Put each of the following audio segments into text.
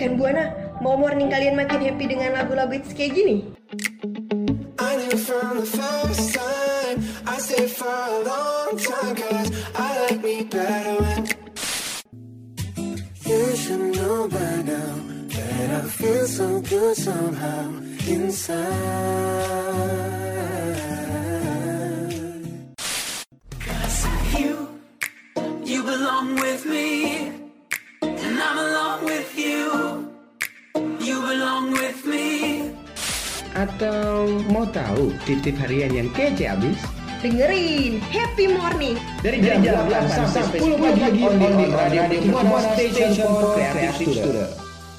Rekan Buana, mau morning kalian makin happy dengan lagu-lagu hits kayak gini? I knew from the first time, I stayed for a long time, 'cause I like me better when you should know by now that I feel so good somehow inside. You belong with me, and I'm along with you. You belong with me. Atau mau tahu tip-tip harian yang kece abis? Dengerin Happy Morning Dari jam 8 sampai 10 pagi on Radio Mercubuana Station for Creative Student.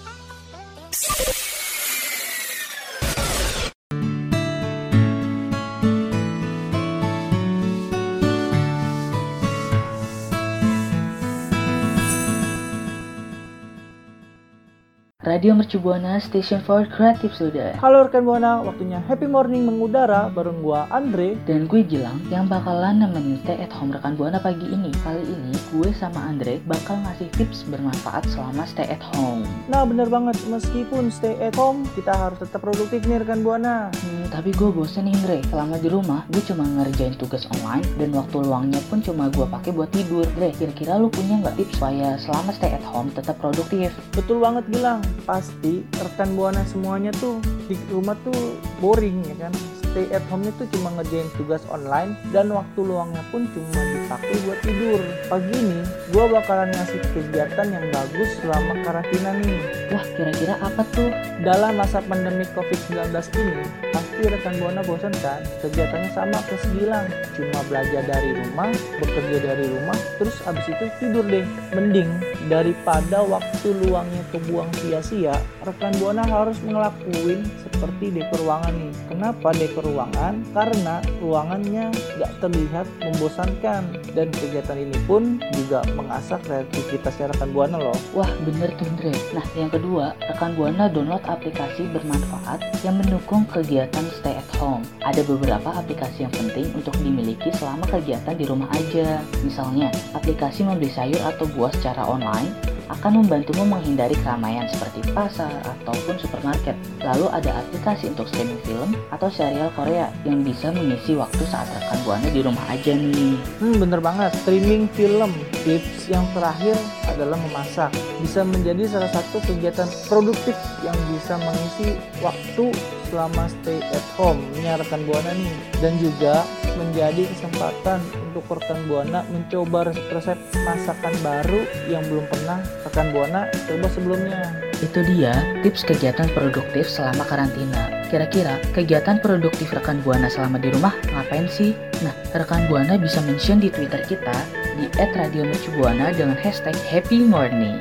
Radio Mercubuana Station for Creative Student. Halo rekan Buana, waktunya Happy Morning mengudara bareng gua Andre dan gue Gilang yang bakalan nemenin stay at home rekan Buana pagi ini. Kali ini gue sama Andre bakal ngasih tips bermanfaat selama stay at home. Nah bener banget, meskipun stay at home kita harus tetap produktif nih rekan Buana. Tapi gue bosen nih Andre, selama di rumah gue cuma ngerjain tugas online dan waktu luangnya pun cuma gue pakai buat tidur. Andre, kira-kira lu punya nggak tips supaya selama stay at home tetap produktif? Betul banget Gilang, pasti rekan Buana semuanya tuh di rumah tuh boring ya kan. Stay at home-nya tuh cuma ngerjain tugas online dan waktu luangnya pun cuma dipakai buat tidur. Pagi ini gue bakalan ngasih kegiatan yang bagus selama karantina nih. Wah, kira-kira apa tuh? Dalam masa pandemi COVID-19 ini, pasti rekan Buana bosan kan? Kegiatannya sama kayak si Gilang, cuma belajar dari rumah, bekerja dari rumah, terus abis itu tidur deh. Mending daripada waktu luangnya kebuang sia-sia, rekan Buana harus ngelakuin seperti dekor ruangan nih. Kenapa dekor ruangan? Karena ruangannya gak terlihat membosankan, dan kegiatan ini pun juga mengasah kreativitasnya rekan Buana loh. Wah bener tuh Andre. Nah yang kedua, rekan Buana download aplikasi bermanfaat yang mendukung kegiatan stay at home. Ada beberapa aplikasi yang penting untuk dimiliki selama kegiatan di rumah aja. Misalnya, aplikasi membeli sayur atau buah secara online akan membantumu menghindari keramaian seperti pasar ataupun supermarket. Lalu ada aplikasi untuk streaming film atau serial Korea yang bisa mengisi waktu saat rekan Buana di rumah aja nih. Bener banget, streaming film. Tips yang terakhir adalah memasak. Bisa menjadi salah satu kegiatan produktif yang bisa mengisi waktu selama stay at home-nya rekan Buana nih. Dan juga menjadi kesempatan untuk rekan Buana mencoba resep-resep masakan baru yang belum pernah rekan Buana coba sebelumnya. Itu dia tips kegiatan produktif selama karantina. Kira-kira kegiatan produktif rekan Buana selama di rumah ngapain sih? Nah, rekan Buana bisa mention di Twitter kita di @radiomercubuana dengan hashtag Happy Morning.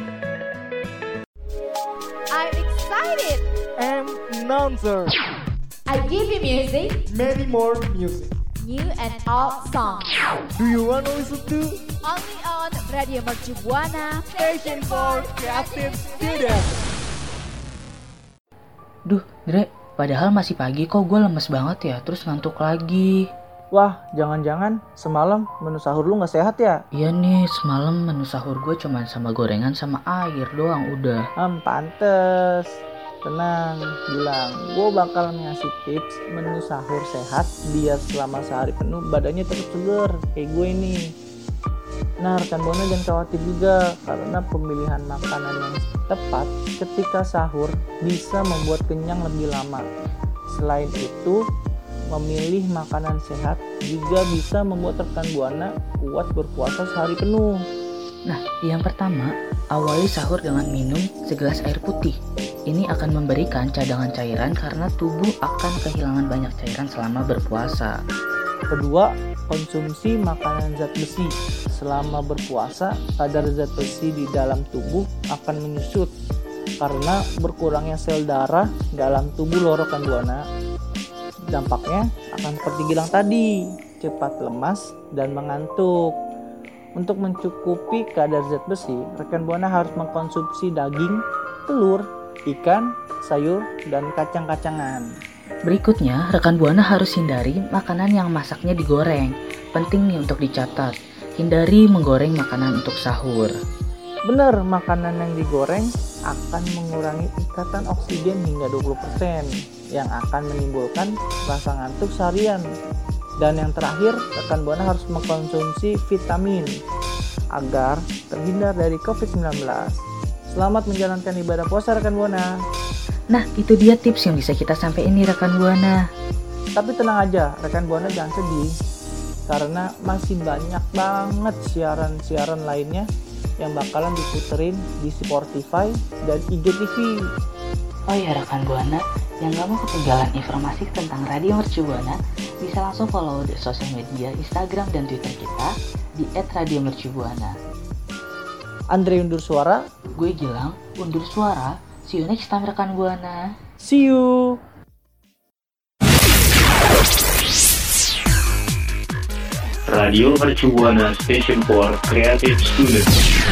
I'm excited. I'm announcer. I give you music, Many more music. new and old songs. Do you want to listen to Only on Radio Mercubuana Station for Creative Student? Duh, Dre, padahal masih pagi kok gue lemes banget ya, terus ngantuk lagi. Wah, jangan-jangan semalam menu sahur lu gak sehat ya? Iya nih, semalam menu sahur gue cuma sama gorengan sama air doang udah. Pantes. Tenang, Gilang. Gue bakal ngasih tips menu sahur sehat biar selama sehari penuh badannya tetap seger kayak gue nih. Nah, rekan Buana jangan khawatir juga karena pemilihan makanan yang tepat ketika sahur bisa membuat kenyang lebih lama. Selain itu, memilih makanan sehat juga bisa membuat rekan Buana kuat berpuasa sehari penuh. Nah, yang pertama, awali sahur dengan minum segelas air putih. Ini akan memberikan cadangan cairan karena tubuh akan kehilangan banyak cairan selama berpuasa. Kedua, konsumsi makanan zat besi. Selama berpuasa, kadar zat besi di dalam tubuh akan menyusut karena berkurangnya sel darah dalam tubuh lo rekan Buana. Dampaknya akan seperti Gilang tadi, cepat lemas dan mengantuk. Untuk mencukupi kadar zat besi, rekan Buana harus mengkonsumsi daging, telur, ikan, sayur, dan kacang-kacangan. Berikutnya, rekan Buana harus hindari makanan yang masaknya digoreng. Penting nih untuk dicatat, hindari menggoreng makanan untuk sahur. Bener, makanan yang digoreng akan mengurangi ikatan oksigen hingga 20% yang akan menimbulkan rasa ngantuk seharian. Dan yang terakhir, rekan Buana harus mengkonsumsi vitamin agar terhindar dari COVID-19. Selamat menjalankan ibadah puasa rekan Buana. Nah, itu dia tips yang bisa kita sampaikan nih rekan Buana. Tapi tenang aja, rekan Buana jangan sedih, karena masih banyak banget siaran-siaran lainnya yang bakalan diputerin di Spotify dan IGTV. Oh ya rekan Buana, yang gak mau ketinggalan informasi tentang Radio Mercu Buana, bisa langsung follow di sosial media Instagram dan Twitter kita di @radiomercubuana. Andre undur suara, Gue Gilang undur suara. See you next time rekan Buana. see you. Radio Mercu Buana Station for Creative Students.